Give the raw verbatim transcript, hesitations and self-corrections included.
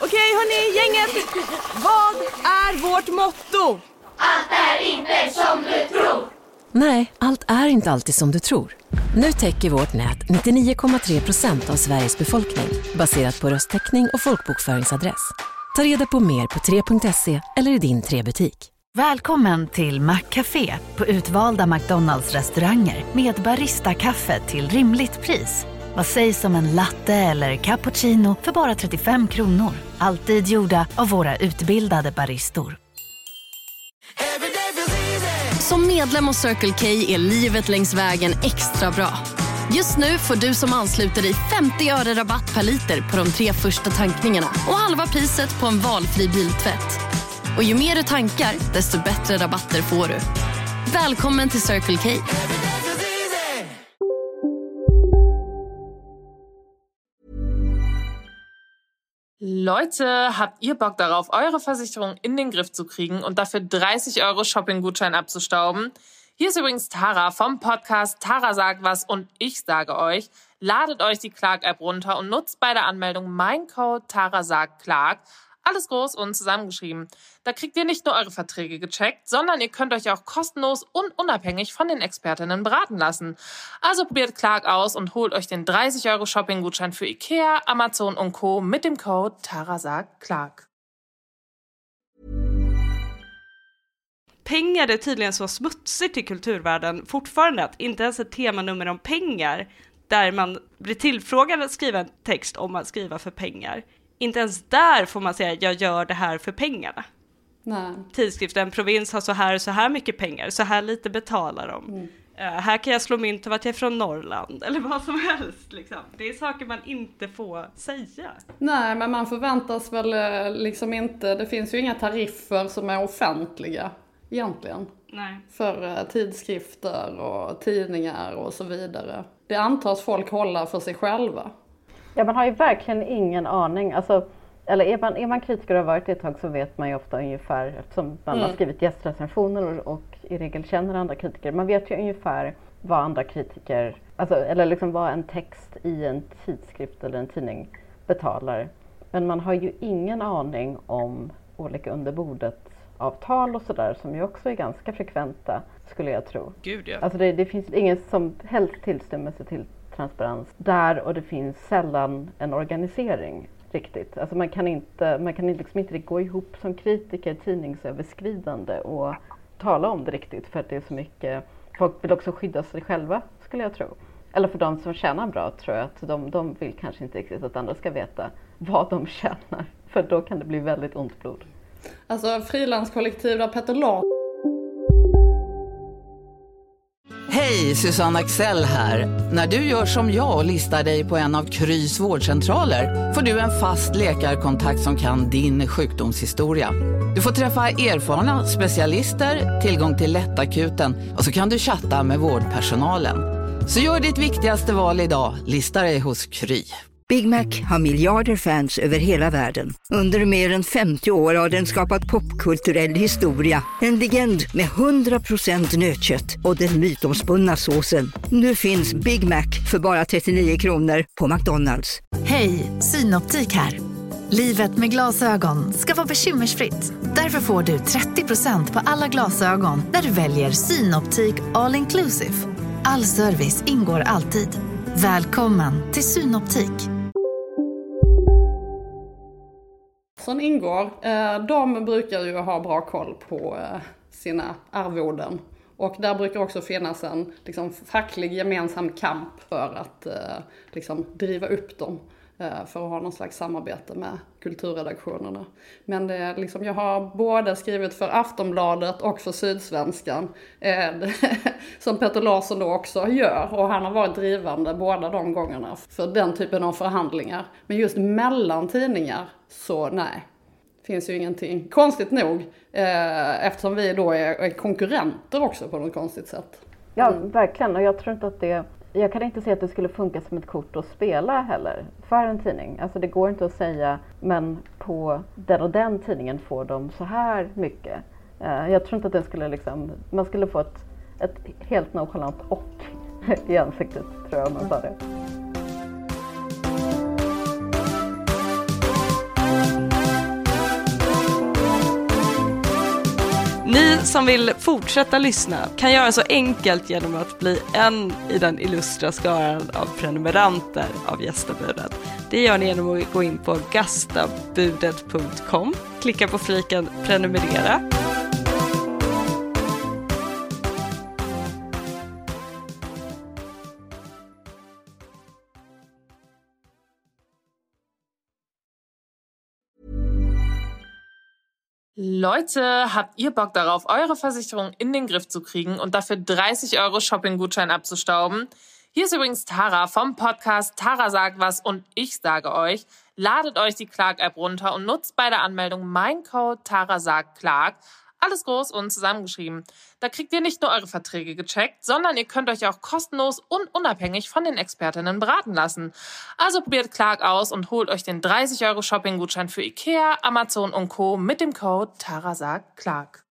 Okej hörni, gänget. Vad är vårt motto? Allt är inte som du tror. Nej, allt är inte alltid som du tror. Nu täcker vårt nät nittionio komma tre procent av Sveriges befolkning baserat på röstteckning och folkbokföringsadress. Ta reda på mer på tre punkt se eller i din tre-butik. Välkommen till McCafé på utvalda McDonalds restauranger med barista-kaffe till rimligt pris. Vad sägs om en latte eller cappuccino för bara trettiofem kronor? Alltid gjorda av våra utbildade baristor. Som medlem hos Circle K är livet längs vägen extra bra. Just nu får du som ansluter dig femtio öre rabatt per liter på de tre första tankningarna och halva priset på en valfri biltvätt. Och ju mer du tankar, desto bättre rabatter får du. Välkommen till Circle K. Leute, habt ihr Bock darauf, eure Versicherung in den Griff zu kriegen und dafür dreißig Euro Shopping-Gutschein abzustauben? Hier ist übrigens Tara vom Podcast Tara sagt was und ich sage euch, ladet euch die Clark-App runter und nutzt bei der Anmeldung mein Code Tara sagt Clark. Alles groß und zusammengeschrieben. Da kriegt ihr nicht nur eure Verträge gecheckt, sondern ihr könnt euch auch kostenlos und unabhängig von den Expertinnen beraten lassen. Also probiert Clark aus und holt euch den dreißig Euro Shopping-Gutschein für Ikea, Amazon und Co. mit dem Code TARASAGCLARK. Pengar är tydligen så smutsigt i kulturvärlden fortfarande att inte ens ett temanummer om pengar där man blir tillfrågad att skriva en text om att skriva för pengar. Inte ens där får man säga jag gör det här för pengarna. Nej. Tidskriften Provins har så här så här mycket pengar, så här lite betalar de. Mm. Uh, här kan jag slå mynt av att jag är från Norrland eller vad som helst. Liksom. Det är saker man inte får säga. Nej, men man förväntas väl liksom inte, det finns ju inga tariffer som är offentliga egentligen. Nej. För uh, tidskrifter och tidningar och så vidare. Det antas folk hålla för sig själva. Ja, man har ju verkligen ingen aning. Alltså, eller är man, är man kritiker och har varit ett tag så vet man ju ofta ungefär, eftersom man mm. har skrivit gästrecensioner och, och i regel känner andra kritiker. Man vet ju ungefär vad andra kritiker, alltså, eller liksom vad en text i en tidskrift eller en tidning betalar. Men man har ju ingen aning om olika underbordet avtal och sådär som ju också är ganska frekventa, skulle jag tro. Gud, ja. Alltså det, det finns ingen som helst tillstymmelse till transparens där, och det finns sällan en organisering riktigt. Alltså man kan inte, man kan liksom inte gå ihop som kritiker tidningsöverskridande och tala om det riktigt, för att det är så mycket, folk vill också skydda sig själva, skulle jag tro. Eller för de som tjänar bra tror jag att de, de vill kanske inte riktigt att andra ska veta vad de tjänar, för då kan det bli väldigt ont blod. Alltså frilanskollektiv där Petter Larsson. Hej, Susanne Axel här. När du gör som jag och listar dig på en av Krys vårdcentraler får du en fast läkarkontakt som kan din sjukdomshistoria. Du får träffa erfarna specialister, tillgång till lättakuten och så kan du chatta med vårdpersonalen. Så gör ditt viktigaste val idag, lista dig hos Kry. Big Mac har miljarder fans över hela världen. Under mer än femtio år har den skapat popkulturell historia. En legend med hundra procent nötkött och den mytomspunna såsen. Nu finns Big Mac för bara trettionio kronor på McDonalds. Hej, Synoptik här. Livet med glasögon ska vara bekymmersfritt. Därför får du trettio procent på alla glasögon när du väljer Synoptik All Inclusive. All service ingår alltid. Välkommen till Synoptik. Som ingår, de brukar ju ha bra koll på sina arvoden. Och där brukar också finnas en liksom, facklig gemensam kamp för att liksom, driva upp dem. För att ha någon slags samarbete med kulturredaktionerna. Men det är liksom, jag har både skrivit för Aftonbladet och för Sydsvenskan. Eh, som Petter Larsson då också gör. Och han har varit drivande båda de gångerna för den typen av förhandlingar. Men just mellan tidningar så nej. Finns ju ingenting. Konstigt nog. Eh, eftersom vi då är, är konkurrenter också på något konstigt sätt. Ja, verkligen. Och jag tror inte att det... Jag kan inte säga att det skulle funka som ett kort att spela heller för en tidning. Alltså det går inte att säga, men på den och den tidningen får de så här mycket. Jag tror inte att det skulle liksom, man skulle få ett, ett helt nonchalant och i ansiktet, tror jag man sa det. Ni som vill fortsätta lyssna kan göra så enkelt genom att bli en i den illustra skaran av prenumeranter av Gästabudet. Det gör ni genom att gå in på gastabudet punkt com, klicka på fliken prenumerera. Leute, habt ihr Bock darauf, eure Versicherung in den Griff zu kriegen und dafür dreißig Euro Shopping-Gutschein abzustauben? Hier ist übrigens Tara vom Podcast Tara sagt was und ich sage euch, ladet euch die Clark-App runter und nutzt bei der Anmeldung meinen Code Tara sagt Clark. Alles groß und zusammengeschrieben. Da kriegt ihr nicht nur eure Verträge gecheckt, sondern ihr könnt euch auch kostenlos und unabhängig von den Expertinnen beraten lassen. Also probiert Clark aus und holt euch den dreißig Euro Shopping-Gutschein für Ikea, Amazon und Co. mit dem Code Tara sagt Clark.